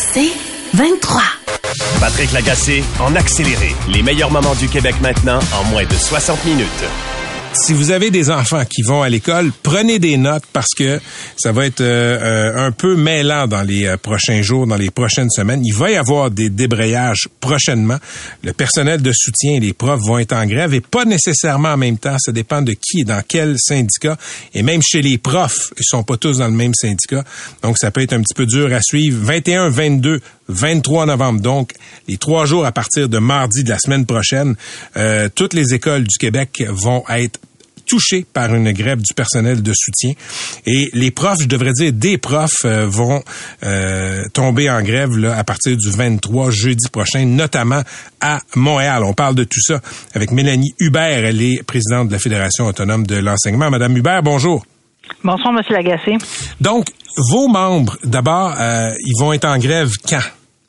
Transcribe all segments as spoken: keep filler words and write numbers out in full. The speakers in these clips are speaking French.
C'est vingt-trois. Patrick Lagacé en accéléré. Les meilleurs moments du Québec maintenant en moins de soixante minutes. Si vous avez des enfants qui vont à l'école, prenez des notes parce que ça va être euh, un peu mêlant dans les euh, prochains jours, dans les prochaines semaines. Il va y avoir des débrayages prochainement. Le personnel de soutien et les profs vont être en grève et pas nécessairement en même temps. Ça dépend de qui et dans quel syndicat. Et même chez les profs, ils sont pas tous dans le même syndicat. Donc, ça peut être un petit peu dur à suivre. vingt et un, vingt-deux, vingt-trois novembre. Donc, les trois jours à partir de mardi de la semaine prochaine, euh, toutes les écoles du Québec vont être touchés par une grève du personnel de soutien. Et les profs, je devrais dire des profs, euh, vont euh, tomber en grève là, à partir du vingt-trois, jeudi prochain, notamment à Montréal. On parle de tout ça avec Mélanie Hubert. Elle est présidente de la Fédération autonome de l'enseignement. Madame Hubert, bonjour. Bonsoir, Monsieur Lagacé. Donc, vos membres, d'abord, euh, ils vont être en grève quand?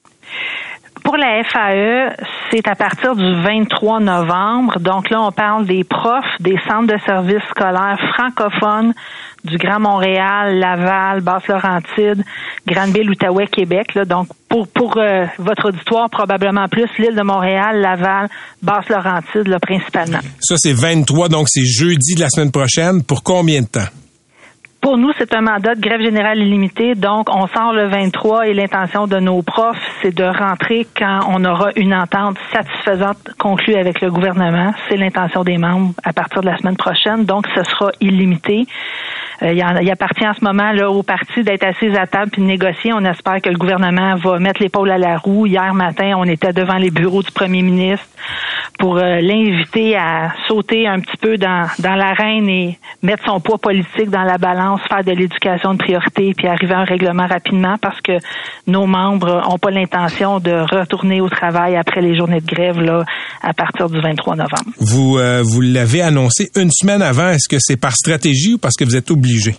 Pour la F A E, c'est à partir du vingt-trois novembre. Donc là, on parle des profs des centres de services scolaires francophones du Grand Montréal, Laval, Basse-Laurentide, Granville, Outaouais, Québec. Là. Donc, pour pour euh, votre auditoire, probablement plus l'île de Montréal, Laval, Basse-Laurentide, là, principalement. Ça, c'est vingt-trois, donc c'est jeudi de la semaine prochaine. Pour combien de temps? Pour nous, c'est un mandat de grève générale illimitée, donc on sort le vingt-trois et l'intention de nos profs, c'est de rentrer quand on aura une entente satisfaisante conclue avec le gouvernement. C'est l'intention des membres à partir de la semaine prochaine, donc ce sera illimité. Euh, il, en, il appartient en ce moment là au parti d'être assis à table puis de négocier. On espère que le gouvernement va mettre l'épaule à la roue. Hier matin, on était devant les bureaux du premier ministre pour euh, l'inviter à sauter un petit peu dans, dans l'arène et mettre son poids politique dans la balance, faire de l'éducation de priorité puis arriver à un règlement rapidement parce que nos membres n'ont pas l'intention de retourner au travail après les journées de grève là à partir du vingt-trois novembre. Vous, euh, vous l'avez annoncé une semaine avant. Est-ce que c'est par stratégie ou parce que vous êtes obligé?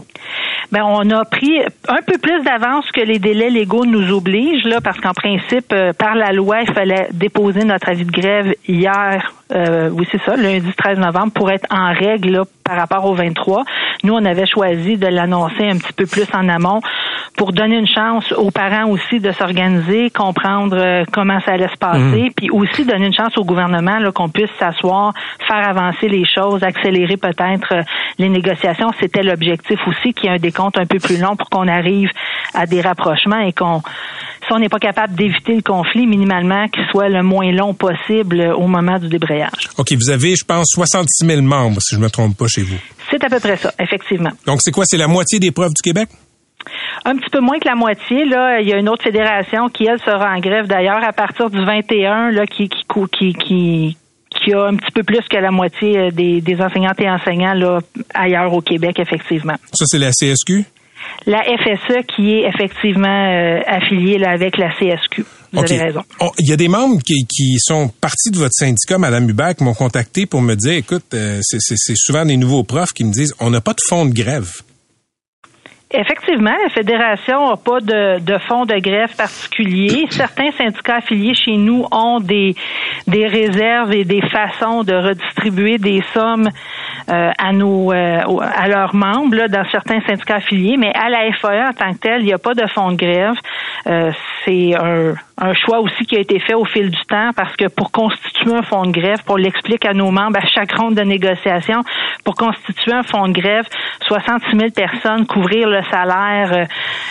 Ben, on a pris un peu plus d'avance que les délais légaux nous obligent, là, parce qu'en principe, euh, par la loi, il fallait déposer notre avis de grève hier, euh, oui, c'est ça, lundi treize novembre, pour être en règle, là, par rapport au vingt-trois. Nous, on avait choisi de l'annoncer un petit peu plus en amont pour donner une chance aux parents aussi de s'organiser, comprendre euh, comment ça allait se passer, mmh. puis aussi donner une chance au gouvernement là, qu'on puisse s'asseoir, faire avancer les choses, accélérer peut-être euh, les négociations. C'était l'objectif aussi, qu'il y ait un décompte un peu plus long pour qu'on arrive à des rapprochements et qu'on, si on n'est pas capable d'éviter le conflit, minimalement, qu'il soit le moins long possible au moment du débrayage. OK, vous avez, je pense, soixante-six mille membres, si je ne me trompe pas, chez vous. C'est à peu près ça, effectivement. Donc, c'est quoi? C'est la moitié des profs du Québec? Un petit peu moins que la moitié. Là, il y a une autre fédération qui, elle, sera en grève d'ailleurs à partir du vingt et un, là, qui, qui, qui, qui, qui a un petit peu plus que la moitié des, des enseignantes et enseignants là, ailleurs au Québec, effectivement. Ça, c'est la C S Q? La F S E qui est effectivement euh, affiliée là, avec la C S Q. Vous okay. avez raison. Il y a des membres qui, qui sont partis de votre syndicat, Mme Hubert, qui m'ont contacté pour me dire, écoute, euh, c'est, c'est, c'est souvent des nouveaux profs qui me disent, on n'a pas de fonds de grève. Effectivement, la Fédération n'a pas de, de fonds de grève particulier. Certains syndicats affiliés chez nous ont des, des réserves et des façons de redistribuer des sommes euh, à nos euh, à leurs membres là, dans certains syndicats affiliés, mais à la F A E en tant que telle, il n'y a pas de fonds de grève. Euh, c'est un, un choix aussi qui a été fait au fil du temps parce que pour constituer un fonds de grève, pour l'expliquer à nos membres à chaque ronde de négociation, pour constituer un fonds de grève, soixante-six mille personnes, couvrir le salaire euh,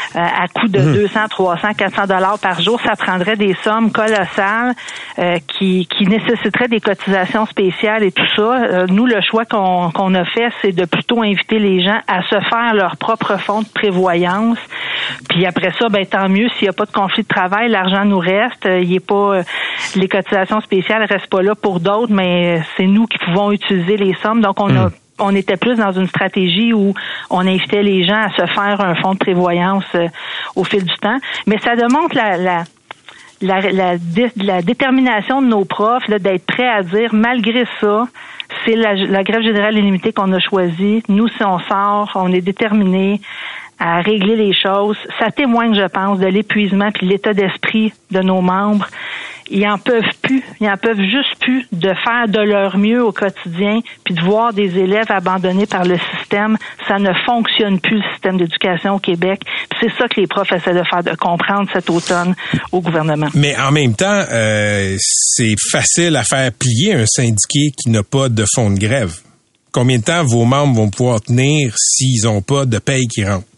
à coût de mmh. deux cents, trois cents, quatre cents dollars par jour, ça prendrait des sommes colossales euh, qui, qui nécessiteraient des cotisations spéciales et tout ça. Euh, nous, le choix qu'on, qu'on a fait, c'est de plutôt inviter les gens à se faire leur propre fonds de prévoyance. Puis après ça, ben tant mieux s'il n'y a pas de conflit de travail, l'argent nous reste. Il est pas les cotisations spéciales restent pas là pour d'autres, mais c'est nous qui pouvons utiliser les sommes. Donc on mmh. a on était plus dans une stratégie où on invitait les gens à se faire un fonds de prévoyance euh, au fil du temps. Mais ça démontre la, la, la, la, dé, la détermination de nos profs là, d'être prêts à dire, malgré ça, c'est la, la grève générale illimitée qu'on a choisie. Nous, si on sort, on est déterminés à régler les choses. Ça témoigne, je pense, de l'épuisement puis de l'état d'esprit de nos membres ils en peuvent plus, ils en peuvent juste plus de faire de leur mieux au quotidien, puis de voir des élèves abandonnés par le système. Ça ne fonctionne plus, le système d'éducation au Québec. Puis c'est ça que les profs essaient de faire, de comprendre cet automne au gouvernement. Mais en même temps, euh, c'est facile à faire plier un syndiqué qui n'a pas de fonds de grève. Combien de temps vos membres vont pouvoir tenir s'ils n'ont pas de paye qui rentre?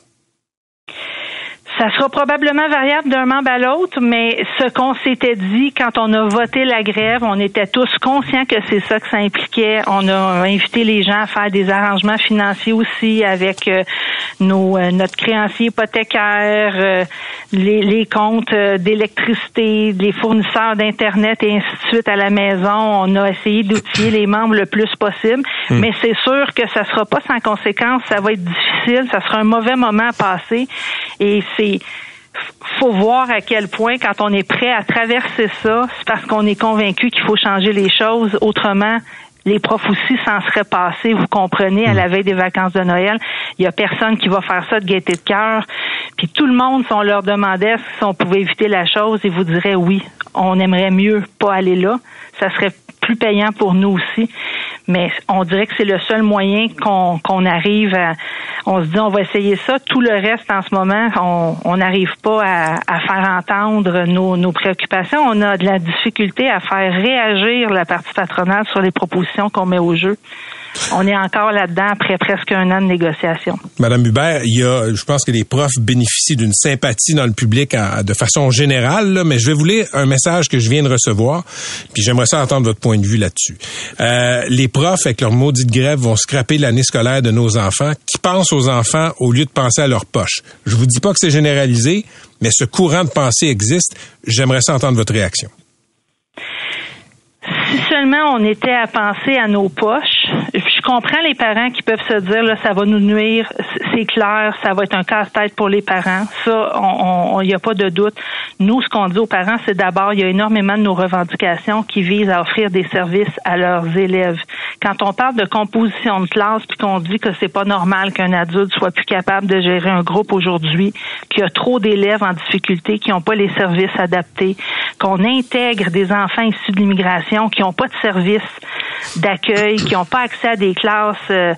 Ça sera probablement variable d'un membre à l'autre, mais ce qu'on s'était dit quand on a voté la grève, on était tous conscients que c'est ça que ça impliquait. On a invité les gens à faire des arrangements financiers aussi avec euh, nos euh, notre créancier hypothécaire, euh, les, les comptes euh, d'électricité, les fournisseurs d'Internet et ainsi de suite à la maison. On a essayé d'outiller les membres le plus possible, mmh. mais c'est sûr que ça sera pas sans conséquence. Ça va être difficile, ça sera un mauvais moment à passer et c'est faut voir à quel point, quand on est prêt à traverser ça, c'est parce qu'on est convaincu qu'il faut changer les choses. Autrement, les profs aussi s'en seraient passés, vous comprenez, à la veille des vacances de Noël. Il y a personne qui va faire ça de gaieté de cœur. Puis tout le monde, si on leur demandait si on pouvait éviter la chose, ils vous diraient oui, on aimerait mieux pas aller là. Ça serait plus payant pour nous aussi. Mais on dirait que c'est le seul moyen qu'on, qu'on arrive à... On se dit, on va essayer ça. Tout le reste, en ce moment, on n'arrive pas à, à faire entendre nos, nos préoccupations. On a de la difficulté à faire réagir la partie patronale sur les propositions qu'on met au jeu. On est encore là-dedans après presque un an de négociation. Madame Hubert, il y a, je pense que les profs bénéficient d'une sympathie dans le public à, de façon générale, là, mais je vais vous lire un message que je viens de recevoir, puis j'aimerais ça entendre votre point de vue là-dessus. Euh, les profs, avec leur maudite grève, vont scraper l'année scolaire de nos enfants, qui pensent aux enfants au lieu de penser à leur poche. Je vous dis pas que c'est généralisé, mais ce courant de pensée existe. J'aimerais ça entendre votre réaction. Si seulement on était à penser à nos poches, je comprends les parents qui peuvent se dire, là, ça va nous nuire, c'est clair, ça va être un casse-tête pour les parents. Ça, on, il n'y a pas de doute. Nous, ce qu'on dit aux parents, c'est d'abord, il y a énormément de nos revendications qui visent à offrir des services à leurs élèves. Quand on parle de composition de classe, puis qu'on dit que c'est pas normal qu'un adulte soit plus capable de gérer un groupe aujourd'hui, qu'il y a trop d'élèves en difficulté, qui n'ont pas les services adaptés, qu'on intègre des enfants issus de l'immigration qui n'ont pas de services d'accueil, qui n'ont pas accès à des classes euh,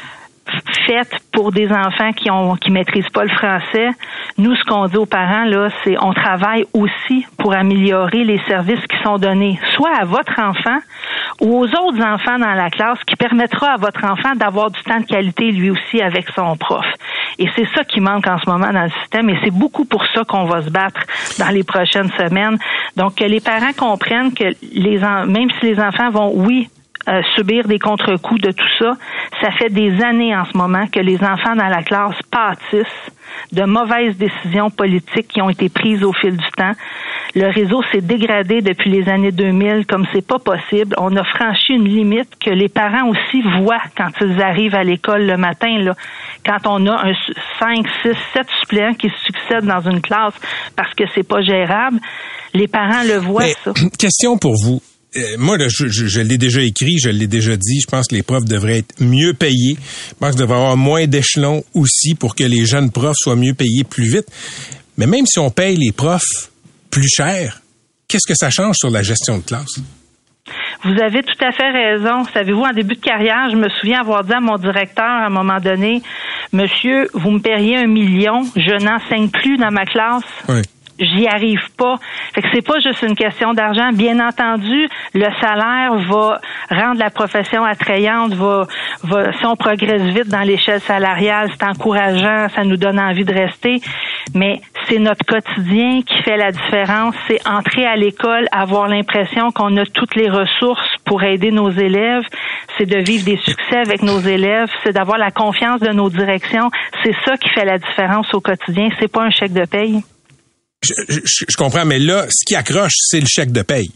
faites pour des enfants qui ont qui maîtrisent pas le français. Nous, ce qu'on dit aux parents, là, c'est on travaille aussi pour améliorer les services qui sont donnés, soit à votre enfant ou aux autres enfants dans la classe, qui permettra à votre enfant d'avoir du temps de qualité lui aussi avec son prof. Et c'est ça qui manque en ce moment dans le système, et c'est beaucoup pour ça qu'on va se battre dans les prochaines semaines. Donc, que les parents comprennent que les en, même si les enfants vont, oui, Euh, subir des contre-coups de tout ça, ça fait des années en ce moment que les enfants dans la classe pâtissent de mauvaises décisions politiques qui ont été prises au fil du temps. Le réseau s'est dégradé depuis les années deux mille comme c'est pas possible. On a franchi une limite que les parents aussi voient quand ils arrivent à l'école le matin, là. Quand on a un cinq, six, sept suppléants qui se succèdent dans une classe parce que c'est pas gérable, les parents le voient. Mais, ça. Question pour vous. Euh, moi, là, je, je, je l'ai déjà écrit, je l'ai déjà dit, je pense que les profs devraient être mieux payés. Je pense qu'il devrait y avoir moins d'échelons aussi pour que les jeunes profs soient mieux payés plus vite. Mais même si on paye les profs plus cher, qu'est-ce que ça change sur la gestion de classe? Vous avez tout à fait raison. Savez-vous, en début de carrière, je me souviens avoir dit à mon directeur à un moment donné, « Monsieur, vous me payez un million, je n'enseigne plus dans ma classe. » Oui. J'y arrive pas. Fait que c'est pas juste une question d'argent. Bien entendu, le salaire va rendre la profession attrayante, va, va, si on progresse vite dans l'échelle salariale, c'est encourageant, ça nous donne envie de rester. Mais c'est notre quotidien qui fait la différence. C'est entrer à l'école, avoir l'impression qu'on a toutes les ressources pour aider nos élèves. C'est de vivre des succès avec nos élèves. C'est d'avoir la confiance de nos directions. C'est ça qui fait la différence au quotidien. C'est pas un chèque de paye. Je, je, je comprends, mais là, ce qui accroche, c'est le chèque de paye.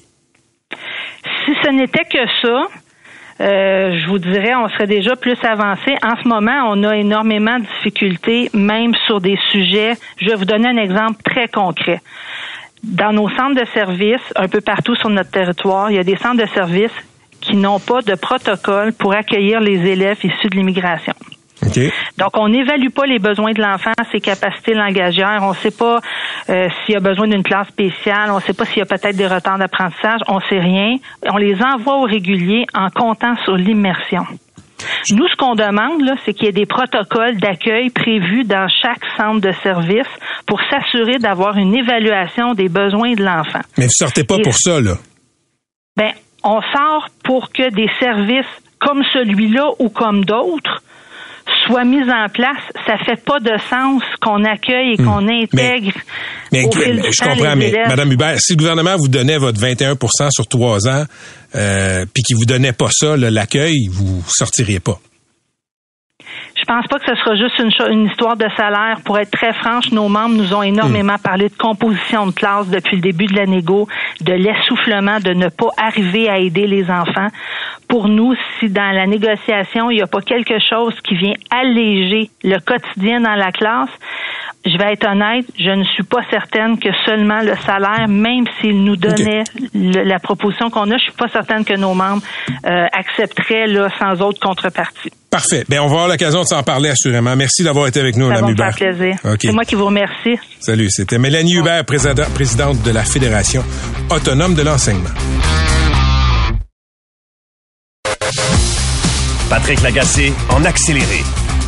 Si ce n'était que ça, euh, je vous dirais, on serait déjà plus avancé. En ce moment, on a énormément de difficultés, même sur des sujets. Je vais vous donner un exemple très concret. Dans nos centres de services, un peu partout sur notre territoire, il y a des centres de services qui n'ont pas de protocole pour accueillir les élèves issus de l'immigration. Okay. Donc, on n'évalue pas les besoins de l'enfant, ses capacités langagières. On ne sait pas euh, s'il a besoin d'une classe spéciale. On ne sait pas s'il y a peut-être des retards d'apprentissage. On ne sait rien. On les envoie au régulier en comptant sur l'immersion. Nous, ce qu'on demande, là, c'est qu'il y ait des protocoles d'accueil prévus dans chaque centre de service pour s'assurer d'avoir une évaluation des besoins de l'enfant. Mais vous sortez pas Et, pour ça, là? Ben, on sort pour que des services comme celui-là ou comme d'autres soient mis en place. Ça fait pas de sens qu'on accueille et qu'on mmh. intègre mais, au mais, fil je du temps comprends, les mais élèves. Madame Hubert, si le gouvernement vous donnait votre vingt et un pour cent sur trois ans, euh, puis qu'il vous donnait pas ça, là, l'accueil, vous sortiriez pas. Je pense pas que ce sera juste une, cho- une histoire de salaire. Pour être très franche, nos membres nous ont énormément mmh. parlé de composition de classe depuis le début de la négo, de l'essoufflement, de ne pas arriver à aider les enfants. Pour nous, si dans la négociation, il n'y a pas quelque chose qui vient alléger le quotidien dans la classe, je vais être honnête, je ne suis pas certaine que seulement le salaire, même s'il nous donnait okay. le, la proposition qu'on a, je suis pas certaine que nos membres euh, accepteraient là, sans autre contrepartie. Parfait. Bien, on va avoir l'occasion de s'en parler assurément. Merci d'avoir été avec nous, Mme Hubert. Ça va me faire plaisir. Okay. C'est moi qui vous remercie. Salut, c'était Mélanie bon. Hubert, présidente de la Fédération autonome de l'enseignement. Patrick Lagacé en accéléré.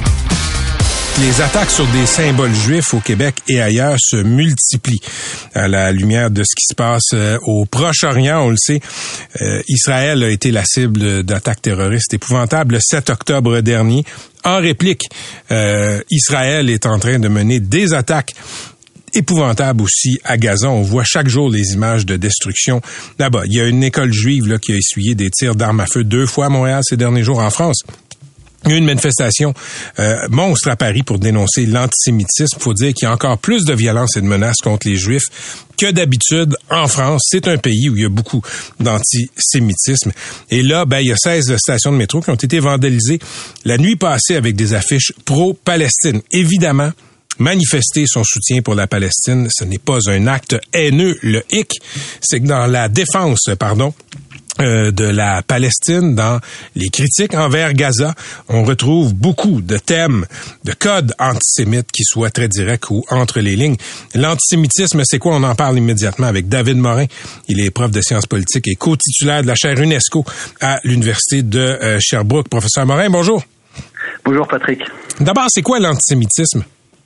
Les attaques sur des symboles juifs au Québec et ailleurs se multiplient à la lumière de ce qui se passe au Proche-Orient. On le sait, euh, Israël a été la cible d'attaques terroristes épouvantables le sept octobre dernier. En réplique, euh, Israël est en train de mener des attaques épouvantable aussi à Gaza. On voit chaque jour les images de destruction là-bas. Il y a une école juive là qui a essuyé des tirs d'armes à feu deux fois à Montréal ces derniers jours. En France, il y a eu une manifestation euh, monstre à Paris pour dénoncer l'antisémitisme. Il faut dire qu'il y a encore plus de violence et de menaces contre les Juifs que d'habitude en France. C'est un pays où il y a beaucoup d'antisémitisme. Et là, ben, il y a seize stations de métro qui ont été vandalisées la nuit passée avec des affiches pro-Palestine. Évidemment, manifester son soutien pour la Palestine, ce n'est pas un acte haineux. Le hic, c'est que dans la défense, pardon, euh, de la Palestine, dans les critiques envers Gaza, on retrouve beaucoup de thèmes, de codes antisémites qui soient très directs ou entre les lignes. L'antisémitisme, c'est quoi? On en parle immédiatement avec David Morin. Il est prof de sciences politiques et co-titulaire de la chaire UNESCO à l'Université de euh, Sherbrooke. Professeur Morin, bonjour. Bonjour Patrick. D'abord, c'est quoi l'antisémitisme?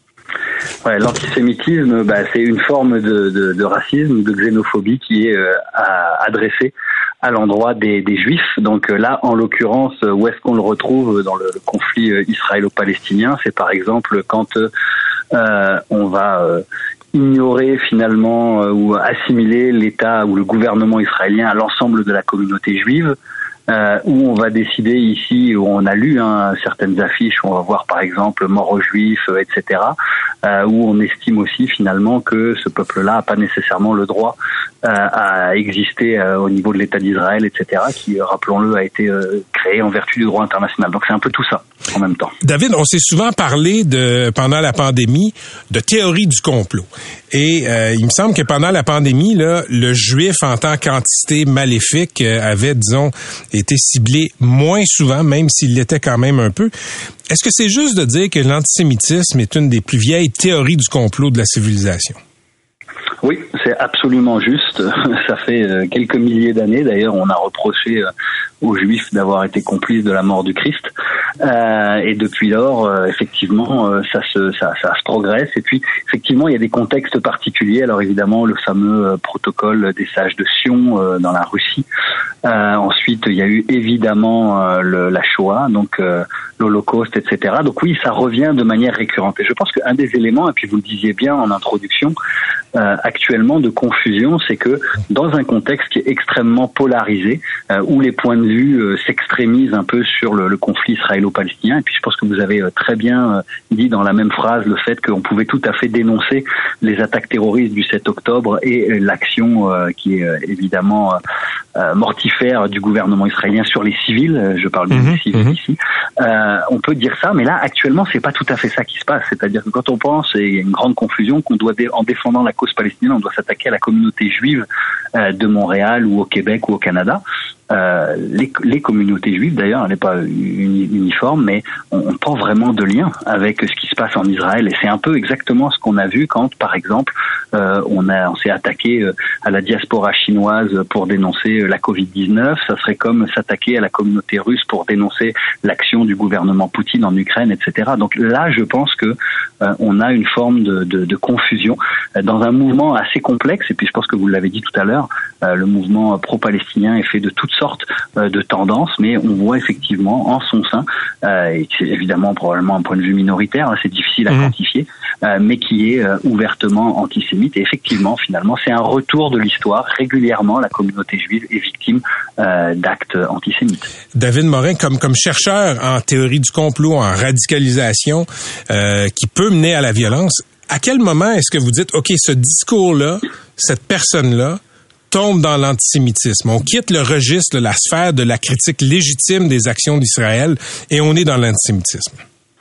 Ouais, l'antisémitisme, bah, c'est une forme de, de, de racisme, de xénophobie qui est euh, à, adressée à l'endroit des, des Juifs. Donc euh, là, en l'occurrence, où est-ce qu'on le retrouve dans le, le conflit euh, israélo-palestinien? C'est par exemple quand euh, on va euh, ignorer finalement euh, ou assimiler l'État ou le gouvernement israélien à l'ensemble de la communauté juive. Euh, où on va décider ici, où on a lu hein, certaines affiches, où on va voir par exemple mort aux Juifs, euh, et cetera, euh, où on estime aussi finalement que ce peuple-là n'a pas nécessairement le droit euh, à exister euh, au niveau de l'État d'Israël, et cetera, qui, euh, rappelons-le, a été euh, créé en vertu du droit international. Donc c'est un peu tout ça en même temps. David, on s'est souvent parlé de pendant la pandémie de théorie du complot. Et euh, il me semble que pendant la pandémie, là, le juif en tant qu'entité maléfique euh, avait, disons, été ciblé moins souvent, même s'il l'était quand même un peu. Est-ce que c'est juste de dire que l'antisémitisme est une des plus vieilles théories du complot de la civilisation? Oui, c'est absolument juste. Ça fait quelques milliers d'années. D'ailleurs, on a reproché aux Juifs d'avoir été complices de la mort du Christ. Euh, et depuis lors, euh, effectivement, euh, ça se ça, ça se progresse. Et puis, effectivement, il y a des contextes particuliers. Alors évidemment, le fameux euh, protocole des sages de Sion euh, dans la Russie. Euh, ensuite, il y a eu évidemment euh, le, la Shoah, donc euh, l'Holocauste, et cetera. Donc oui, ça revient de manière récurrente. Et je pense qu'un des éléments, et puis vous le disiez bien en introduction, euh, actuellement de confusion, c'est que dans un contexte qui est extrêmement polarisé, euh, où les points de vue euh, s'extrémisent un peu sur le, le conflit israélo-palestinien, et puis je pense que vous avez euh, très bien euh, dit dans la même phrase le fait qu'on pouvait tout à fait dénoncer les attaques terroristes du sept octobre et euh, l'action euh, qui est euh, évidemment euh, mortifère du gouvernement israélien sur les civils, je parle bien mmh, des civils mmh. ici, euh, on peut dire ça, mais là actuellement c'est pas tout à fait ça qui se passe, c'est-à-dire que quand on pense, et il y a une grande confusion, qu'on doit, dé- en défendant la cause palestinienne, on doit s'attaquer à la communauté juive euh, de Montréal ou au Québec ou au Canada. euh, les, les communautés juives, d'ailleurs, elle n'est pas uni, uniforme, mais on, on prend vraiment de lien avec ce qui se passe en Israël. Et c'est un peu exactement ce qu'on a vu quand, par exemple, euh, on, a, on s'est attaqué à la diaspora chinoise pour dénoncer la covid dix-neuf. Ça serait comme s'attaquer à la communauté russe pour dénoncer l'action du gouvernement Poutine en Ukraine, et cetera. Donc là, je pense que euh, on a une forme de, de, de confusion euh, dans un mouvement assez complexe. Et puis, je pense que vous l'avez dit tout à l'heure, euh, le mouvement pro-palestinien est fait de toutes sortes euh, de tendances, mais on voit effectivement en son sein, euh, et c'est évidemment probablement un point de vue minoritaire, hein, c'est difficile à mmh. quantifier, euh, mais qui est euh, ouvertement antisémite. Et effectivement, finalement, c'est un retour de l'histoire. Régulièrement, la communauté juive est victime euh, d'actes antisémites. David Morin, comme comme chercheur en théorie du complot, en radicalisation, euh, qui peut mener à la violence, à quel moment est-ce que vous dites, OK, ce discours-là, cette personne-là, tombe dans l'antisémitisme? On quitte le registre, la sphère de la critique légitime des actions d'Israël et on est dans l'antisémitisme.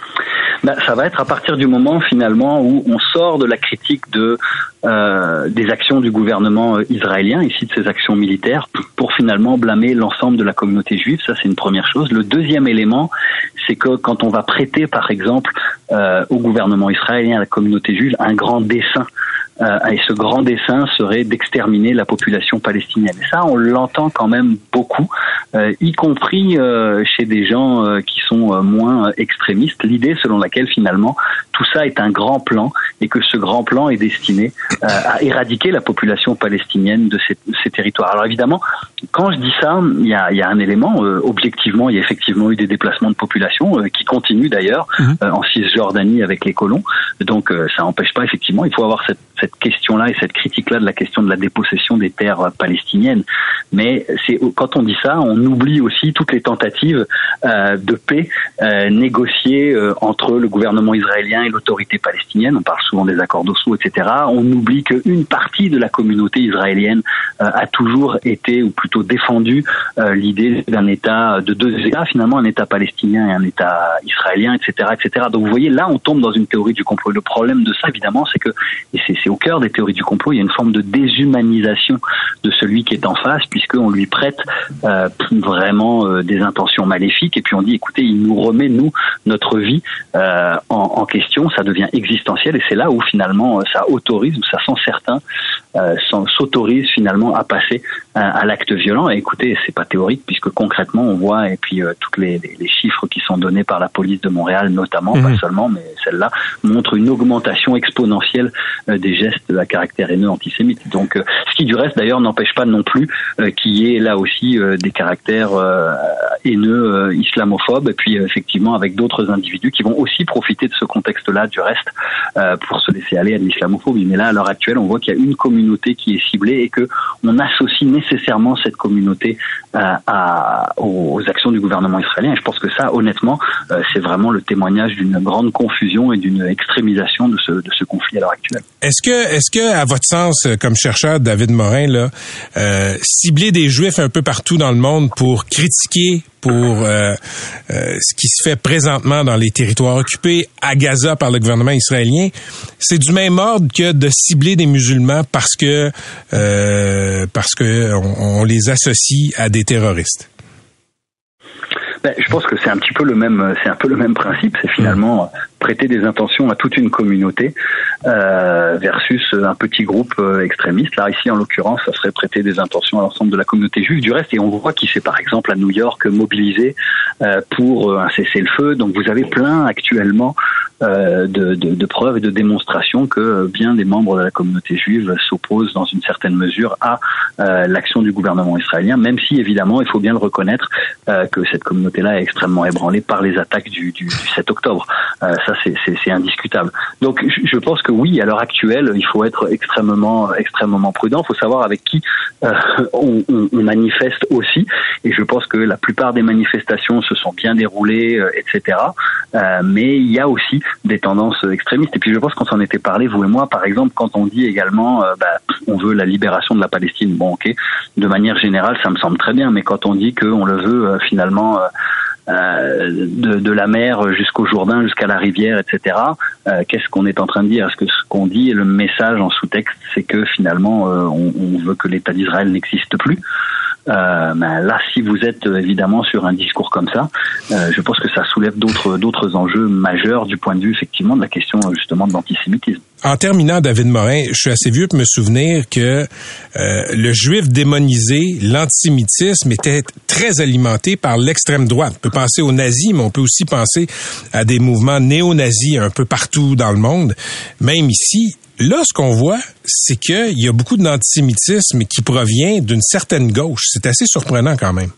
Ben, ça va être à partir du moment finalement où on sort de la critique de euh, des actions du gouvernement israélien, ici de ses actions militaires, pour finalement blâmer l'ensemble de la communauté juive. Ça, c'est une première chose. Le deuxième élément, c'est que quand on va prêter, par exemple, euh, au gouvernement israélien, à la communauté juive, un grand dessein, Euh, et ce grand dessein serait d'exterminer la population palestinienne. Et ça, on l'entend quand même beaucoup, euh, y compris euh, chez des gens euh, qui sont euh, moins extrémistes. L'idée selon laquelle finalement tout ça est un grand plan et que ce grand plan est destiné euh, à éradiquer la population palestinienne de ces, de ces territoires. Alors évidemment, quand je dis ça, il y a, il y a un élément. Euh, objectivement, il y a effectivement eu des déplacements de population euh, qui continuent d'ailleurs mmh. euh, en Cisjordanie avec les colons. Donc euh, ça n'empêche pas effectivement. Il faut avoir cette cette question-là et cette critique-là de la question de la dépossession des terres palestiniennes. Mais c'est quand on dit ça, on oublie aussi toutes les tentatives euh, de paix euh, négociées euh, entre le gouvernement israélien et l'autorité palestinienne. On parle souvent des accords d'Oslo, et cetera. On oublie qu'une partie de la communauté israélienne euh, a toujours été, ou plutôt défendu, euh, l'idée d'un État, de deux États, finalement, un État palestinien et un État israélien, et cetera, et cetera. Donc vous voyez, là, on tombe dans une théorie du complot. Le problème de ça, évidemment, c'est que, et c'est, c'est au cœur des théories du complot, il y a une forme de déshumanisation de celui qui est en face, puisqu'on lui prête euh, vraiment euh, des intentions maléfiques, et puis on dit, écoutez, il nous remet, nous, notre vie euh, en, en question, ça devient existentiel, et c'est là où finalement ça autorise, où ça sent certain, euh, s'autorise finalement à passer à, à l'acte violent. Et écoutez, c'est pas théorique, puisque concrètement on voit, et puis euh, tous les, les, les chiffres qui sont donnés par la police de Montréal notamment, mmh. pas seulement, mais celle-là, montrent une augmentation exponentielle euh, des gestes à caractère haineux antisémite. Donc, euh, ce qui du reste d'ailleurs n'empêche pas non plus euh, qu'il y ait là aussi euh, des caractères euh, haineux euh, islamophobes, et puis euh, effectivement avec d'autres individus qui vont aussi profiter de ce contexte-là du reste euh, pour se laisser aller à de l'islamophobie. Mais là, à l'heure actuelle, on voit qu'il y a une communauté qui est ciblée et que on associe nécessairement cette communauté euh, à, aux, aux actions du gouvernement israélien. Et je pense que ça, honnêtement, euh, c'est vraiment le témoignage d'une grande confusion et d'une extrémisation de ce, de ce conflit à l'heure actuelle. Est-ce que, est-ce que, à votre sens, comme chercheur, David Morin, là, euh, cibler des Juifs un peu partout dans le monde pour critiquer, pour euh, euh, ce qui se fait présentement dans les territoires occupés à Gaza par le gouvernement israélien, c'est du même ordre que de cibler des musulmans parce que euh, parce que on, on les associe à des terroristes? Ben, je pense que c'est un petit peu le même, c'est un peu le même principe. C'est finalement prêter des intentions à toute une communauté euh, versus un petit groupe euh, extrémiste. Là, ici, en l'occurrence, ça serait prêter des intentions à l'ensemble de la communauté juive. Du reste, et on voit qui s'est, par exemple, à New York mobilisé euh, pour un cessez-le-feu. Donc, vous avez plein actuellement euh, de, de, de preuves et de démonstrations que bien des membres de la communauté juive s'opposent dans une certaine mesure à euh, l'action du gouvernement israélien, même si, évidemment, il faut bien le reconnaître, euh, que cette communauté-là est extrêmement ébranlée par les attaques du, du, du sept octobre. Euh, ça, c'est, c'est, c'est indiscutable. Donc, je, je pense que oui, à l'heure actuelle, il faut être extrêmement, extrêmement prudent. Il faut savoir avec qui euh, on, on, on manifeste aussi. Et je pense que la plupart des manifestations se sont bien déroulées, euh, et cetera. Euh, mais il y a aussi des tendances extrémistes. Et puis, je pense qu'on s'en était parlé, vous et moi, par exemple, quand on dit également, euh, bah, on veut la libération de la Palestine. Bon, ok, de manière générale, ça me semble très bien. Mais quand on dit qu'on le veut euh, finalement euh, Euh, de, de la mer jusqu'au Jourdain, jusqu'à la rivière, et cetera. Euh, qu'est-ce qu'on est en train de dire? Est-ce que ce qu'on dit, le message en sous-texte, c'est que finalement, euh, on, on veut que l'État d'Israël n'existe plus? Euh, ben là, si vous êtes euh, évidemment sur un discours comme ça, euh, je pense que ça soulève d'autres d'autres enjeux majeurs du point de vue effectivement de la question justement de l'antisémitisme. En terminant, David Morin, je suis assez vieux pour me souvenir que euh, le juif démonisé, l'antisémitisme était très alimenté par l'extrême droite. On peut penser aux nazis, mais on peut aussi penser à des mouvements néo-nazis un peu partout dans le monde, même ici. Là, ce qu'on voit, c'est qu'il y a beaucoup d'antisémitisme qui provient d'une certaine gauche. C'est assez surprenant quand même.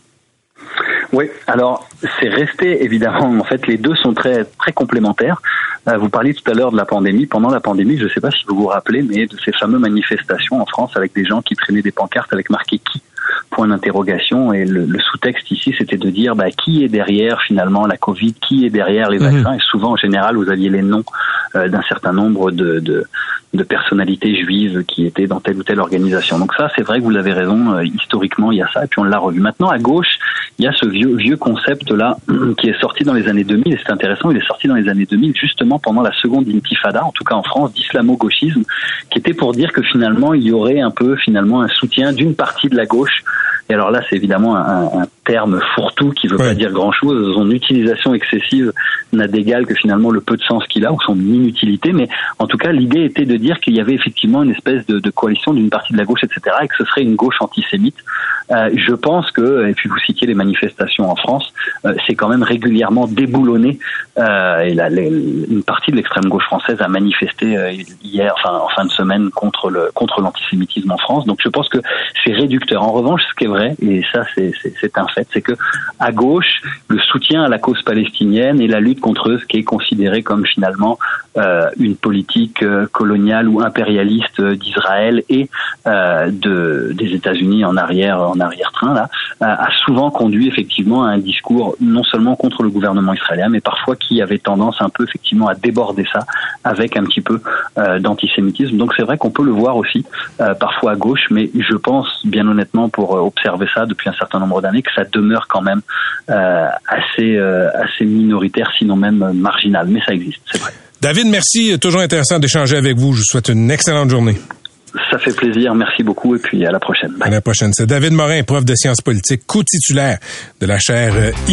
Oui, alors c'est resté évidemment, en fait les deux sont très très complémentaires. Euh, vous parliez tout à l'heure de la pandémie. Pendant la pandémie, je ne sais pas si vous vous rappelez, mais de ces fameuses manifestations en France avec des gens qui traînaient des pancartes avec marqué qui, point d'interrogation, et le, le sous-texte ici c'était de dire bah, qui est derrière finalement la Covid, qui est derrière les vaccins, mmh. Et souvent en général vous aviez les noms euh, d'un certain nombre de, de de personnalités juives qui étaient dans telle ou telle organisation. Donc ça, c'est vrai que vous avez raison, euh, historiquement il y a ça, et puis on l'a revu. Maintenant à gauche, il y a ce vieux vieux concept là qui est sorti dans les années deux mille, et c'est intéressant, il est sorti dans les années deux mille justement pendant la seconde intifada, en tout cas en France, d'islamo-gauchisme, qui était pour dire que finalement il y aurait un peu finalement un soutien d'une partie de la gauche. Et alors là, c'est évidemment un, un terme fourre-tout qui veut ouais. pas dire grand-chose. Son utilisation excessive n'a d'égal que finalement le peu de sens qu'il a ou son inutilité. Mais en tout cas, l'idée était de dire qu'il y avait effectivement une espèce de, de coalition d'une partie de la gauche, et cetera, et que ce serait une gauche antisémite. Euh, je pense que, et puis vous citiez les manifestations en France, euh, c'est quand même régulièrement déboulonné. Euh, et la, les, une partie de l'extrême gauche française a manifesté euh, hier, enfin en fin de semaine, contre le contre l'antisémitisme en France. Donc je pense que c'est réducteur. En revanche, ce qui est vrai, et ça c'est, c'est, c'est un fait, c'est que à gauche, le soutien à la cause palestinienne et la lutte contre ce qui est considéré comme finalement euh, une politique euh, coloniale ou impérialiste euh, d'Israël et euh, de des États-Unis en arrière en arrière-train là, a souvent conduit effectivement à un discours non seulement contre le gouvernement israélien, mais parfois qui avait tendance un peu effectivement à déborder ça avec un petit peu euh, d'antisémitisme. Donc c'est vrai qu'on peut le voir aussi euh, parfois à gauche, mais je pense bien honnêtement pour euh, observer ça depuis un certain nombre d'années que ça demeure quand même euh, assez euh, assez minoritaire, sinon même euh, marginal. Mais ça existe, c'est vrai. David, merci. Toujours intéressant d'échanger avec vous. Je vous souhaite une excellente journée. Ça fait plaisir. Merci beaucoup et puis à la prochaine. Bye. À la prochaine. C'est David Morin, prof de sciences politiques, co-titulaire de la chaire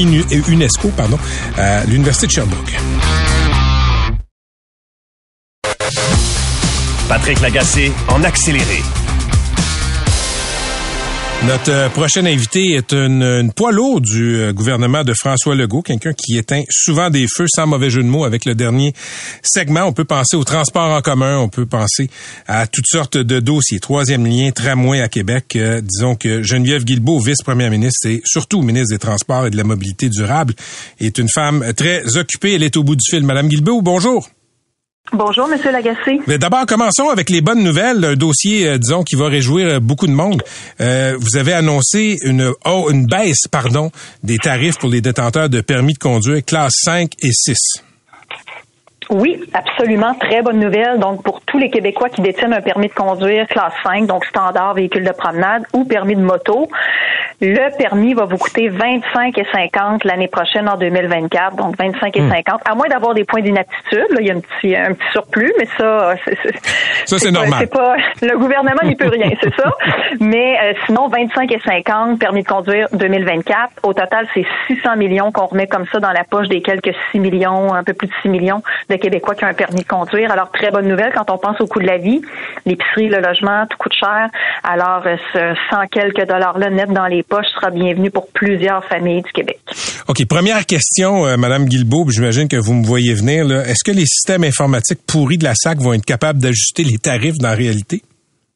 UNESCO pardon, à l'Université de Sherbrooke. Patrick Lagacé en accéléré. Notre prochain invité est une, une poids lourd du gouvernement de François Legault, quelqu'un qui éteint souvent des feux sans mauvais jeu de mots avec le dernier segment. On peut penser au transport en commun, on peut penser à toutes sortes de dossiers. Troisième lien, tramway à Québec. Euh, disons que Geneviève Guilbeault, vice-première ministre et surtout ministre des Transports et de la Mobilité durable, est une femme très occupée. Elle est au bout du fil. Madame Guilbeault, bonjour. Bonjour, Monsieur Lagacé. Mais d'abord, commençons avec les bonnes nouvelles. Un dossier, euh, disons, qui va réjouir beaucoup de monde. Euh, vous avez annoncé une, oh, une baisse, pardon, des tarifs pour les détenteurs de permis de conduire classe cinq et six. Oui, absolument. Très bonne nouvelle. Donc, pour tous les Québécois qui détiennent un permis de conduire classe cinq, donc standard véhicule de promenade ou permis de moto, le permis va vous coûter vingt-cinq et cinquante l'année prochaine en deux mille vingt-quatre. Donc, vingt-cinq et cinquante, à moins d'avoir des points d'inaptitude. Là, il y a un petit, un petit surplus, mais ça, c'est, c'est, ça, c'est, c'est normal. Pas, c'est pas, le gouvernement n'y peut rien, c'est ça. Mais euh, sinon, vingt-cinq et cinquante, permis de conduire deux mille vingt-quatre. Au total, c'est six cents millions qu'on remet comme ça dans la poche des quelques six millions, un peu plus de six millions de Québécois qui ont un permis de conduire. Alors, très bonne nouvelle quand on pense au coût de la vie. L'épicerie, le logement, tout coûte cher. Alors, ce cent quelques dollars-là net dans les poches sera bienvenu pour plusieurs familles du Québec. OK. Première question, euh, Madame Guilbeault, j'imagine que vous me voyez venir, là. Est-ce que les systèmes informatiques pourris de la S A C vont être capables d'ajuster les tarifs dans la réalité?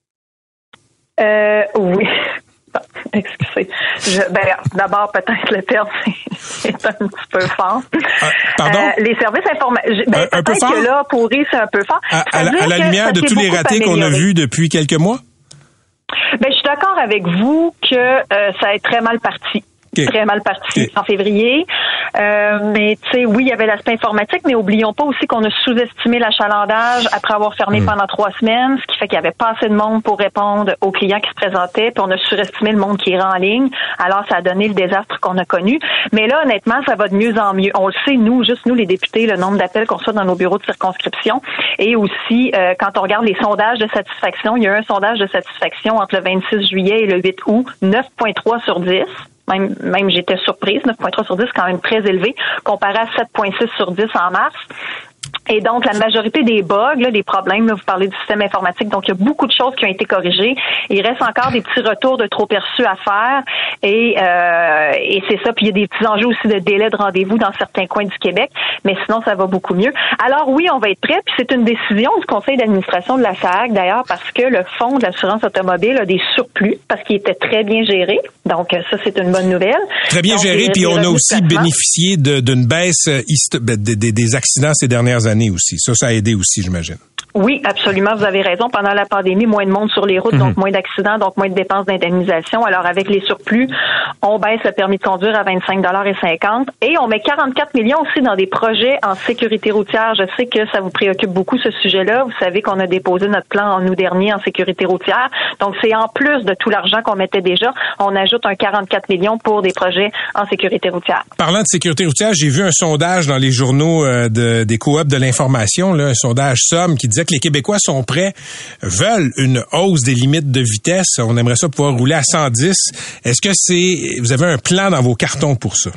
Euh, oui. Excusez. Je, ben, d'abord, peut-être le terme, c'est un petit peu fort. Ah, pardon? Euh, les services informatiques, ben, un, un peut-être peu fort? que là, pourri, c'est un peu fort. À, à, la, à la lumière de tous les ratés qu'on a vus depuis quelques mois? Ben, je suis d'accord avec vous que euh, ça est très mal parti. okay. très mal parti okay. en février. Euh, mais tu sais, oui, il y avait l'aspect informatique, mais oublions pas aussi qu'on a sous-estimé l'achalandage après avoir fermé mmh. pendant trois semaines, ce qui fait qu'il y avait pas assez de monde pour répondre aux clients qui se présentaient, puis on a surestimé le monde qui irait en ligne. Alors, ça a donné le désastre qu'on a connu. Mais là, honnêtement, ça va de mieux en mieux. On le sait, nous, juste nous, les députés, le nombre d'appels qu'on reçoit dans nos bureaux de circonscription, et aussi, euh, quand on regarde les sondages de satisfaction, il y a eu un sondage de satisfaction entre le vingt-six juillet et le huit août, neuf virgule trois sur dix. Même, même j'étais surprise, neuf virgule trois sur dix, quand même très élevé, comparé à sept virgule six sur dix en mars. Et donc, la majorité des bugs, là, des problèmes, là, vous parlez du système informatique, donc il y a beaucoup de choses qui ont été corrigées. Il reste encore des petits retours de trop perçus à faire et euh, et c'est ça. Puis il y a des petits enjeux aussi de délai de rendez-vous dans certains coins du Québec, mais sinon, ça va beaucoup mieux. Alors oui, on va être prêt, puis c'est une décision du conseil d'administration de la S A A Q, d'ailleurs, parce que le fonds de l'assurance automobile a des surplus, parce qu'il était très bien géré. Donc ça, c'est une bonne nouvelle. Très bien donc, géré, puis on a aussi bénéficié de, d'une baisse histo- des, des, des accidents ces dernières années aussi. Ça, ça a aidé aussi, j'imagine. Oui, absolument, vous avez raison. Pendant la pandémie, moins de monde sur les routes, mm-hmm. donc moins d'accidents, donc moins de dépenses d'indemnisation. Alors, avec les surplus, on baisse le permis de conduire à vingt-cinq dollars cinquante et on met quarante-quatre millions aussi dans des projets en sécurité routière. Je sais que ça vous préoccupe beaucoup, ce sujet-là. Vous savez qu'on a déposé notre plan en août dernier en sécurité routière. Donc, c'est en plus de tout l'argent qu'on mettait déjà, on ajoute un quarante-quatre millions pour des projets en sécurité routière. Parlant de sécurité routière, j'ai vu un sondage dans les journaux euh, de, des coops de l'information, là, un sondage Somme qui disait que les Québécois sont prêts, veulent une hausse des limites de vitesse. On aimerait ça pouvoir rouler à cent dix. Est-ce que c'est, vous avez un plan dans vos cartons pour ça?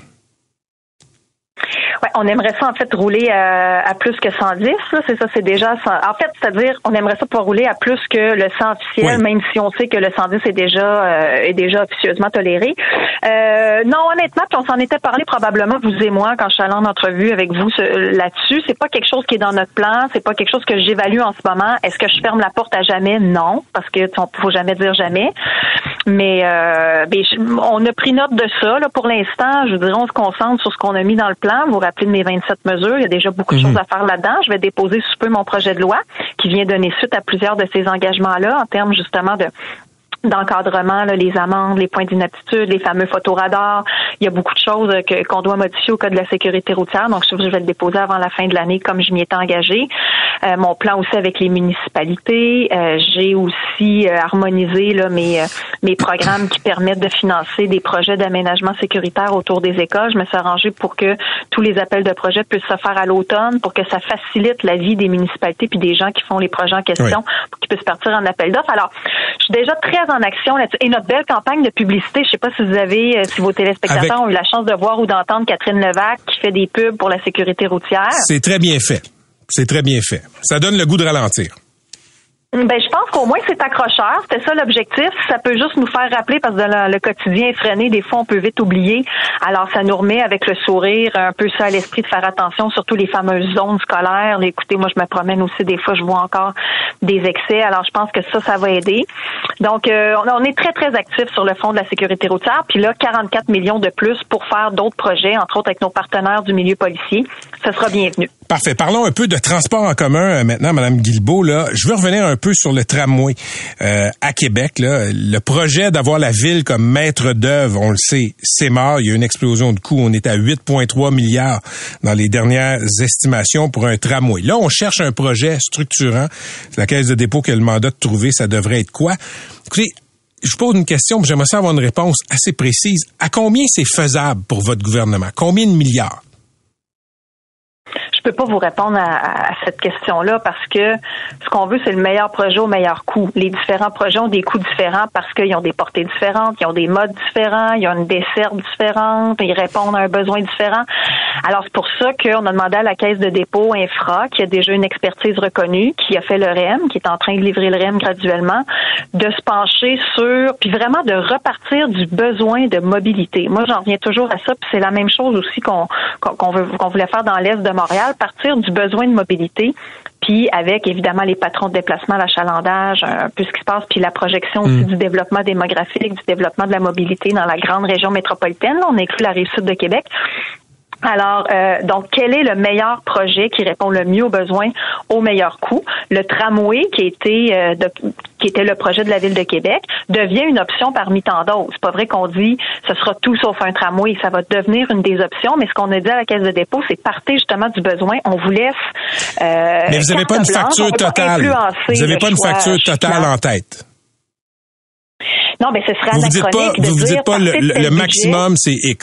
Ouais, on aimerait ça en fait rouler à, à plus que cent dix. Là. C'est ça, c'est déjà cent. En fait, c'est-à-dire, on aimerait ça pouvoir rouler à plus que le cent officiel, oui. même si on sait que le cent dix est déjà euh, est déjà officieusement toléré. Euh, non, honnêtement, puis on s'en était parlé probablement vous et moi quand je suis allée en entrevue avec vous ce, là-dessus. C'est pas quelque chose qui est dans notre plan. C'est pas quelque chose que j'évalue en ce moment. Est-ce que je ferme la porte à jamais? Non, parce que on faut jamais dire jamais. Mais euh, ben, on a pris note de ça. Là, pour l'instant, je dirais, on se concentre sur ce qu'on a mis dans le plan. Vous rappelez de mes vingt-sept mesures. Il y a déjà beaucoup de mmh. choses à faire là-dedans. Je vais déposer sous peu mon projet de loi qui vient donner suite à plusieurs de ces engagements-là en termes justement de d'encadrement, là, les amendes, les points d'inaptitude, les fameux photoradars. Il y a beaucoup de choses que, qu'on doit modifier au code de la sécurité routière. Donc, je vais le déposer avant la fin de l'année comme je m'y étais engagée. Euh, mon plan aussi avec les municipalités. Euh, j'ai aussi euh, harmonisé là, mes, euh, mes programmes qui permettent de financer des projets d'aménagement sécuritaire autour des écoles. Je me suis arrangée pour que tous les appels de projets puissent se faire à l'automne, pour que ça facilite la vie des municipalités puis des gens qui font les projets en question, oui. pour qu'ils puissent partir en appel d'offres. Alors, je suis déjà très en action là-dessus. Et notre belle campagne de publicité, je sais pas si vous avez, si vos téléspectateurs Avec... ont eu la chance de voir ou d'entendre Catherine Levac qui fait des pubs pour la sécurité routière. C'est très bien fait. C'est très bien fait. Ça donne le goût de ralentir. Ben, je pense qu'au moins c'est accrocheur. C'était ça l'objectif. Ça peut juste nous faire rappeler parce que dans le quotidien effréné, des fois on peut vite oublier. Alors ça nous remet avec le sourire un peu ça à l'esprit de faire attention, surtout les fameuses zones scolaires. Écoutez, moi je me promène aussi des fois, je vois encore des excès. Alors je pense que ça, ça va aider. Donc euh, on est très très actifs sur le fond de la sécurité routière. Puis là, quarante-quatre millions de plus pour faire d'autres projets, entre autres avec nos partenaires du milieu policier. Ce sera bienvenu. Parfait. Parlons un peu de transport en commun maintenant, Madame Guilbeault. Là, je veux revenir un peu sur le tramway euh, à Québec. Là. Le projet d'avoir la ville comme maître d'œuvre, on le sait, c'est mort. Il y a une explosion de coûts. On est à huit virgule trois milliards dans les dernières estimations pour un tramway. Là, on cherche un projet structurant. C'est la Caisse de dépôt qui a le mandat de trouver. Ça devrait être quoi? Écoutez, je vous pose une question, mais j'aimerais avoir une réponse assez précise. À combien c'est faisable pour votre gouvernement? Combien de milliards? Je peux pas vous répondre à, à cette question-là parce que ce qu'on veut, c'est le meilleur projet au meilleur coût. Les différents projets ont des coûts différents parce qu'ils ont des portées différentes, ils ont des modes différents, ils ont une desserte différente, ils répondent à un besoin différent. Alors, c'est pour ça qu'on a demandé à la Caisse de dépôt Infra, qui a déjà une expertise reconnue, qui a fait le R E M, qui est en train de livrer le R E M graduellement, de se pencher sur, puis vraiment de repartir du besoin de mobilité. Moi, j'en reviens toujours à ça, puis c'est la même chose aussi qu'on, qu'on, qu'on, veut, qu'on voulait faire dans l'Est de Montréal, partir du besoin de mobilité, puis avec évidemment les patrons de déplacement, l'achalandage, un peu ce qui se passe, puis la projection aussi mmh. du développement démographique, du développement de la mobilité dans la grande région métropolitaine. Là, on inclut la Rive-Sud de Québec. Alors, euh, donc, quel est le meilleur projet qui répond le mieux aux besoins, au meilleur coût? Le tramway qui a été, euh, de, qui était le projet de la Ville de Québec, devient une option parmi tant d'autres. C'est pas vrai qu'on dit ce sera tout sauf un tramway. Ça va devenir une des options, mais ce qu'on a dit à la Caisse de dépôt, c'est partez justement du besoin. On vous laisse euh, mais vous n'avez pas une facture totale. Vous n'avez pas une facture totale en tête. Non, mais ce serait vous anachronique vous dites pas, de vous vous dire dites pas le, le, le maximum, c'est X.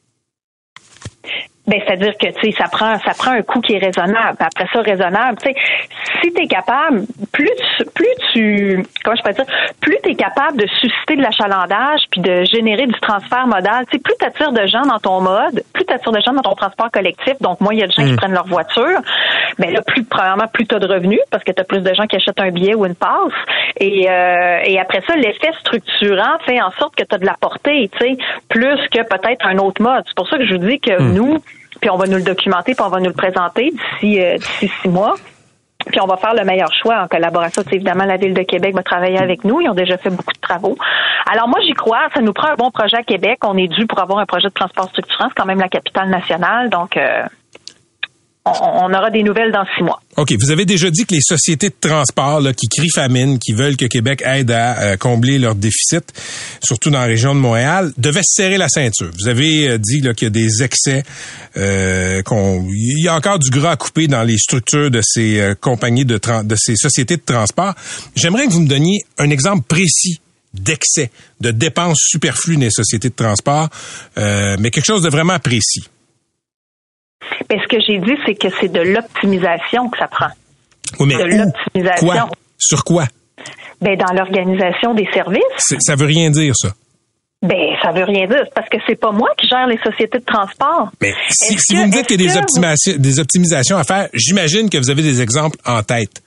Ben, c'est-à-dire que, tu sais, ça prend, ça prend un coût qui est raisonnable. Après ça, raisonnable, tu sais, si t'es capable, plus tu, plus tu, comment je peux dire, plus t'es capable de susciter de l'achalandage puis de générer du transfert modal, tu sais, plus t'attires de gens dans ton mode, plus t'attires de gens dans ton transport collectif, donc moins il y a de gens mmh. qui prennent leur voiture, ben là, plus, premièrement, plus t'as de revenus parce que t'as plus de gens qui achètent un billet ou une passe. Et, euh, et après ça, l'effet structurant fait en sorte que t'as de la portée, tu sais, plus que peut-être un autre mode. C'est pour ça que je vous dis que mmh. nous, puis on va nous le documenter, puis on va nous le présenter d'ici euh, d'ici six mois. Puis on va faire le meilleur choix en collaboration. C'est évidemment, la Ville de Québec va travailler avec nous. Ils ont déjà fait beaucoup de travaux. Alors moi, j'y crois. Ça nous prend un bon projet à Québec. On est dû pour avoir un projet de transport structurant. C'est quand même la capitale nationale. Donc, euh, on, on aura des nouvelles dans six mois. OK. Vous avez déjà dit que les sociétés de transport là, qui crient famine, qui veulent que Québec aide à euh, combler leur déficit, surtout dans la région de Montréal, devaient se serrer la ceinture. Vous avez euh, dit là, qu'il y a des excès, euh, qu'on, il y a encore du gras à couper dans les structures de ces euh, compagnies, de, tra- de ces sociétés de transport. J'aimerais que vous me donniez un exemple précis d'excès, de dépenses superflues dans les sociétés de transport, euh, mais quelque chose de vraiment précis. Mais ce que j'ai dit, c'est que c'est de l'optimisation que ça prend. Oui, mais de où? l'optimisation. Quoi? Sur quoi? Ben, dans l'organisation des services. C'est, ça veut rien dire, ça. Ben, ça veut rien dire. C'est parce que c'est pas moi qui gère les sociétés de transport. Mais si, si que, vous me dites qu'il y a des, vous... optimations, des optimisations à faire, j'imagine que vous avez des exemples en tête.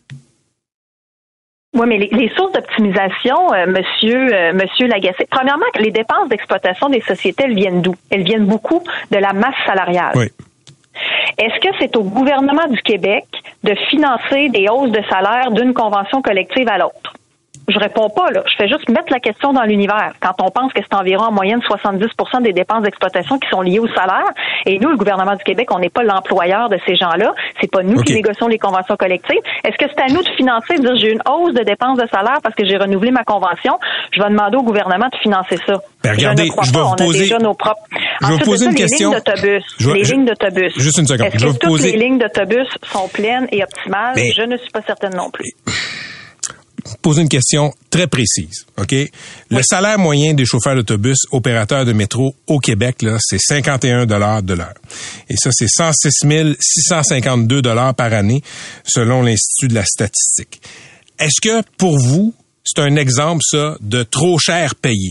Oui, mais les, les sources d'optimisation, euh, monsieur, euh, monsieur Lagacé, premièrement, les dépenses d'exploitation des sociétés, elles viennent d'où? Elles viennent beaucoup de la masse salariale. Oui. Est-ce que c'est au gouvernement du Québec de financer des hausses de salaire d'une convention collective à l'autre? Je réponds pas, là. Je fais juste mettre la question dans l'univers. Quand on pense que c'est environ en moyenne soixante-dix pour cent des dépenses d'exploitation qui sont liées au salaire, et nous, le gouvernement du Québec, on n'est pas l'employeur de ces gens-là. C'est pas nous okay. qui négocions les conventions collectives. Est-ce que c'est à nous de financer, de dire j'ai une hausse de dépenses de salaire parce que j'ai renouvelé ma convention? Je vais demander au gouvernement de financer ça. Ben, regardez, je ne crois je vais pas. vous On poser... a déjà nos propres. Je vais vous poser ça, une les question. Lignes d'autobus. Je... Les je... lignes d'autobus. Juste une seconde. Est-ce je que vais vous toutes poser... les lignes d'autobus sont pleines et optimales? Mais... Je ne suis pas certaine non plus. Poser une question très précise, OK? Le oui. salaire moyen des chauffeurs d'autobus opérateurs de métro au Québec, là, c'est cinquante et un dollars de l'heure. Et ça, c'est cent six mille six cent cinquante-deux dollars par année, selon l'Institut de la statistique. Est-ce que, pour vous, c'est un exemple, ça, de trop cher payé?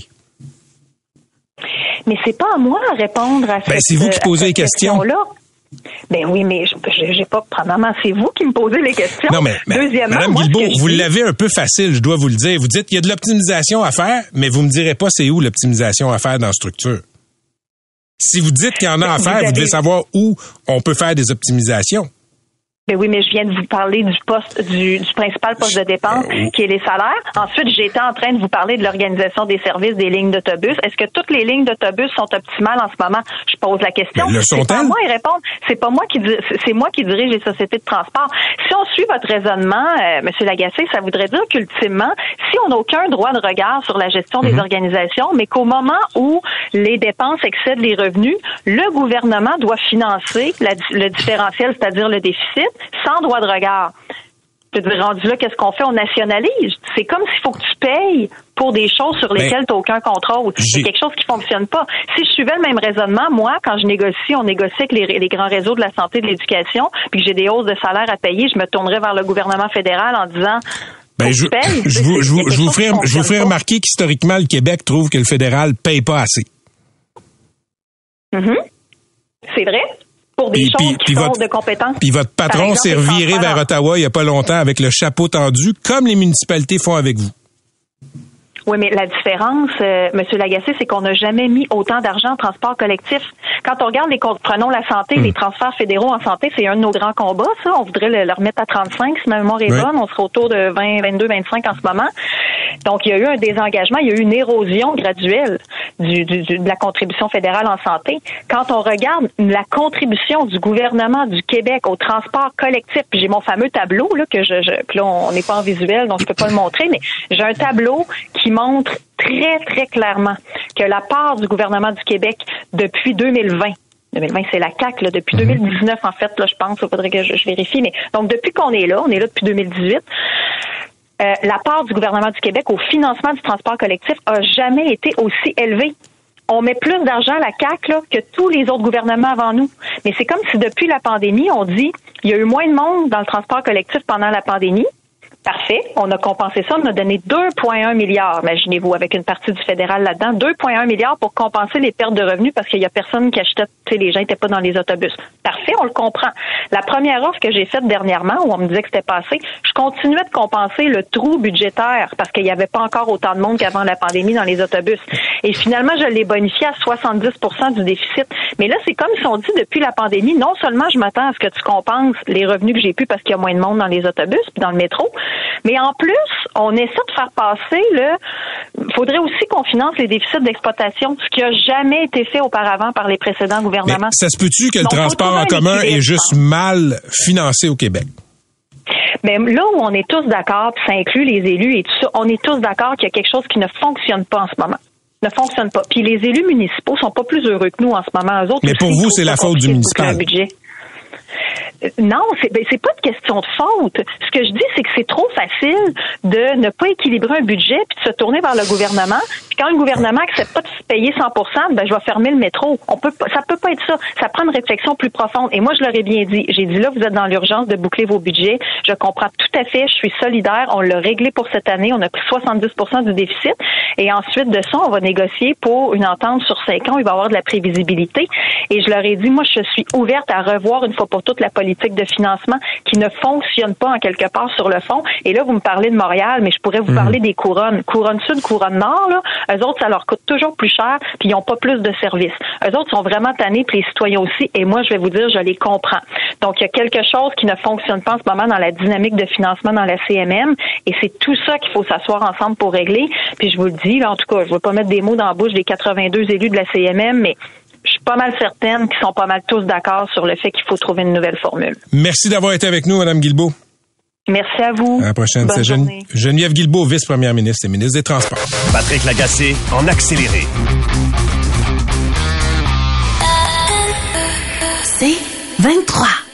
Mais c'est pas à moi à répondre à cette, ben, c'est vous qui posez les questions. Question-là. Ben oui, mais je, j'ai pas. Premièrement, c'est vous qui me posez les questions. Non, mais, mais Deuxièmement, Madame moi, Guilbeault, vous dis... l'avez un peu facile, je dois vous le dire. Vous dites qu'il y a de l'optimisation à faire, mais vous me direz pas c'est où l'optimisation à faire dans la structure. Si vous dites qu'il y en a ben, à faire, vous, avez... vous devez savoir où on peut faire des optimisations. Ben oui, mais je viens de vous parler du poste, du, du principal poste de dépense, qui est les salaires. Ensuite, j'étais en train de vous parler de l'organisation des services des lignes d'autobus. Est-ce que toutes les lignes d'autobus sont optimales en ce moment? Je pose la question. Ben, le c'est pas à moi y répondre. C'est pas moi qui c'est moi qui dirige les sociétés de transport. Si on suit votre raisonnement, euh, Monsieur Lagacé, ça voudrait dire qu'ultimement, si on n'a aucun droit de regard sur la gestion des mm-hmm. organisations, mais qu'au moment où les dépenses excèdent les revenus, le gouvernement doit financer la, le différentiel, c'est-à-dire le déficit, sans droit de regard. Je veux dire, rendu là, qu'est-ce qu'on fait? On nationalise. C'est comme s'il faut que tu payes pour des choses sur lesquelles tu n'as aucun contrôle. C'est quelque chose qui fonctionne pas. Si je suivais le même raisonnement, moi, quand je négocie, on négocie avec les, les grands réseaux de la santé et de l'éducation, puis que j'ai des hausses de salaire à payer, je me tournerais vers le gouvernement fédéral en disant... Ben, je, je, vous, je, vous, je vous ferai, je vous ferai remarquer qu'historiquement, le Québec trouve que le fédéral paye pas assez. Mm-hmm. C'est vrai? Pour des puis, choses puis, qui puis sont votre, de compétences. Puis votre patron s'est reviré vers Ottawa il n'y a pas longtemps avec le chapeau tendu, comme les municipalités font avec vous. Oui, mais la différence, euh, M. Lagacé, c'est qu'on n'a jamais mis autant d'argent en transport collectif. Quand on regarde les prenons la santé, mmh. les transferts fédéraux en santé, c'est un de nos grands combats, ça. On voudrait le, le remettre à trente-cinq, si ma mémoire est oui. bonne. On sera autour de vingt, vingt-deux, vingt-cinq en ce moment. Donc, il y a eu un désengagement, il y a eu une érosion graduelle. du, du, du de la contribution fédérale en santé. Quand on regarde la contribution du gouvernement du Québec au transport collectif, puis j'ai mon fameux tableau là que je, je puis là on n'est pas en visuel donc je peux pas le montrer, mais j'ai un tableau qui montre très très clairement que la part du gouvernement du Québec depuis deux mille vingt deux mille vingt, c'est la C A Q, là, depuis deux mille dix-neuf, en fait, là, je pense, il faudrait que je, je vérifie, mais donc depuis qu'on est là, on est là depuis deux mille dix-huit, euh, la part du gouvernement du Québec au financement du transport collectif a jamais été aussi élevée. On met plus d'argent à la C A Q là, que tous les autres gouvernements avant nous. Mais c'est comme si depuis la pandémie, on dit il y a eu moins de monde dans le transport collectif pendant la pandémie. Parfait. On a compensé ça. On a donné deux virgule un milliards, imaginez-vous, avec une partie du fédéral là-dedans. deux virgule un milliards pour compenser les pertes de revenus parce qu'il y a personne qui achetait, tu sais, les gens n'étaient pas dans les autobus. Parfait, on le comprend. La première offre que j'ai faite dernièrement, où on me disait que c'était passé, je continuais de compenser le trou budgétaire parce qu'il n'y avait pas encore autant de monde qu'avant la pandémie dans les autobus. Et finalement, je l'ai bonifié à soixante-dix pour cent du déficit. Mais là, c'est comme si on dit depuis la pandémie, non seulement je m'attends à ce que tu compenses les revenus que j'ai pu parce qu'il y a moins de monde dans les autobus puis dans le métro, mais en plus, on essaie de faire passer le... faudrait aussi qu'on finance les déficits d'exploitation, ce qui a jamais été fait auparavant par les précédents gouvernements. Mais ça se peut-tu que le Donc, transport en commun est juste mal financé au Québec? Mais là où on est tous d'accord, puis ça inclut les élus et tout ça, on est tous d'accord qu'il y a quelque chose qui ne fonctionne pas en ce moment. Ne fonctionne pas. Puis les élus municipaux sont pas plus heureux que nous en ce moment. Eux autres mais pour aussi, vous, c'est la faute du municipal. Budget. Non, c'est ben, c'est pas de question de faute. Ce que je dis, c'est que c'est trop facile de ne pas équilibrer un budget puis de se tourner vers le gouvernement. Puis quand le gouvernement accepte pas de se payer cent pour cent, ben je vais fermer le métro. On peut pas, ça peut pas être ça. Ça prend une réflexion plus profonde. Et moi, je leur ai bien dit. J'ai dit là, vous êtes dans l'urgence de boucler vos budgets. Je comprends tout à fait. Je suis solidaire. On l'a réglé pour cette année. On a pris soixante-dix pour cent du déficit. Et ensuite de ça, on va négocier pour une entente sur cinq ans. Il va y avoir de la prévisibilité. Et je leur ai dit, moi, je suis ouverte à revoir une fois pour toutes la politique de financement qui ne fonctionne pas en quelque part sur le fond. Et là, vous me parlez de Montréal, mais je pourrais vous mmh. parler des couronnes. Couronne sud, couronne nord, là, eux autres, ça leur coûte toujours plus cher, puis ils n'ont pas plus de services. Eux autres sont vraiment tannés, puis les citoyens aussi, et moi, je vais vous dire, je les comprends. Donc, il y a quelque chose qui ne fonctionne pas en ce moment dans la dynamique de financement dans la C M M, et c'est tout ça qu'il faut s'asseoir ensemble pour régler. Puis je vous le dis, là, en tout cas, je ne veux pas mettre des mots dans la bouche des quatre-vingt-deux élus de la C M M, mais je suis pas mal certaine qu'ils sont pas mal tous d'accord sur le fait qu'il faut trouver une nouvelle formule. Merci d'avoir été avec nous, Mme Guilbeault. Merci à vous. À la prochaine. Bonne C'est Gene- journée. Geneviève Guilbeault, vice-première ministre et ministre des Transports. Patrick Lagacé en accéléré. C'est vingt-trois.